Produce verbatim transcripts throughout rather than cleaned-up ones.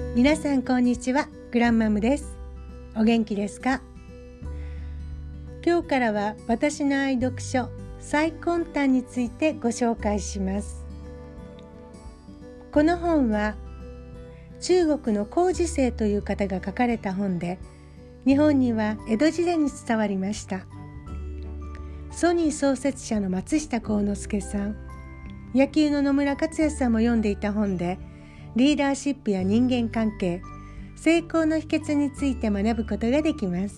皆さんこんにちは、グランマムです。お元気ですか？今日からは私の愛読書最根端についてご紹介します。この本は中国の孔子成という方が書かれた本で、日本には江戸時代に伝わりました。ソニー創設者の松下幸之助さん、野球の野村克也さんも読んでいた本で、リーダーシップや人間関係、成功の秘訣について学ぶことができます。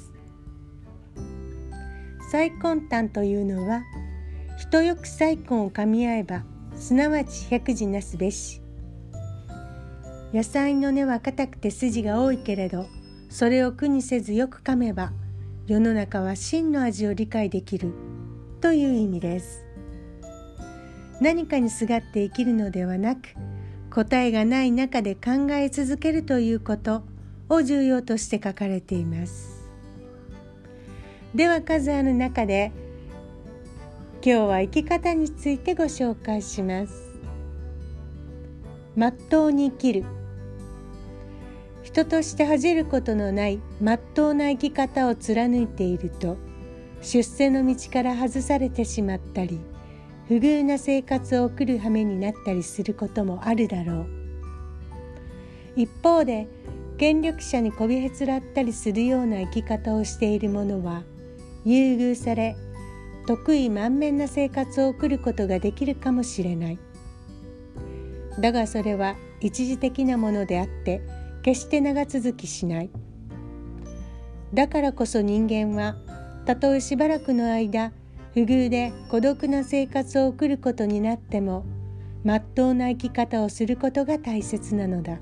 最根端というのは、人よく再根を噛み合えば、すなわち百事なすべし。野菜の根は硬くて筋が多いけれど、それを苦にせずよく噛めば、世の中は真の味を理解できるという意味です。何かにすがって生きるのではなく、答えがない中で考え続けるということを重要として書かれています。では数ある中で、今日は生き方についてご紹介します。まっとうに生きる。人として恥じることのないまっとうな生き方を貫いていると、出世の道から外されてしまったり、不遇な生活を送る羽目になったりすることもあるだろう。一方で、権力者にこびへつらったりするような生き方をしている者は、優遇され、得意満面な生活を送ることができるかもしれない。だがそれは一時的なものであって、決して長続きしない。だからこそ人間は、たとえしばらくの間、不遇で孤独な生活を送ることになっても、まっとうな生き方をすることが大切なのだ。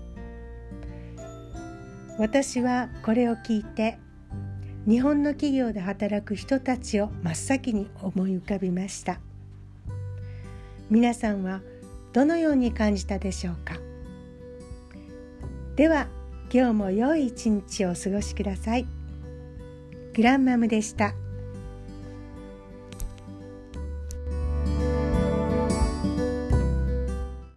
私はこれを聞いて、日本の企業で働く人たちを真っ先に思い浮かびました。皆さんはどのように感じたでしょうか？では、今日も良い一日をお過ごしください。グランマムでした。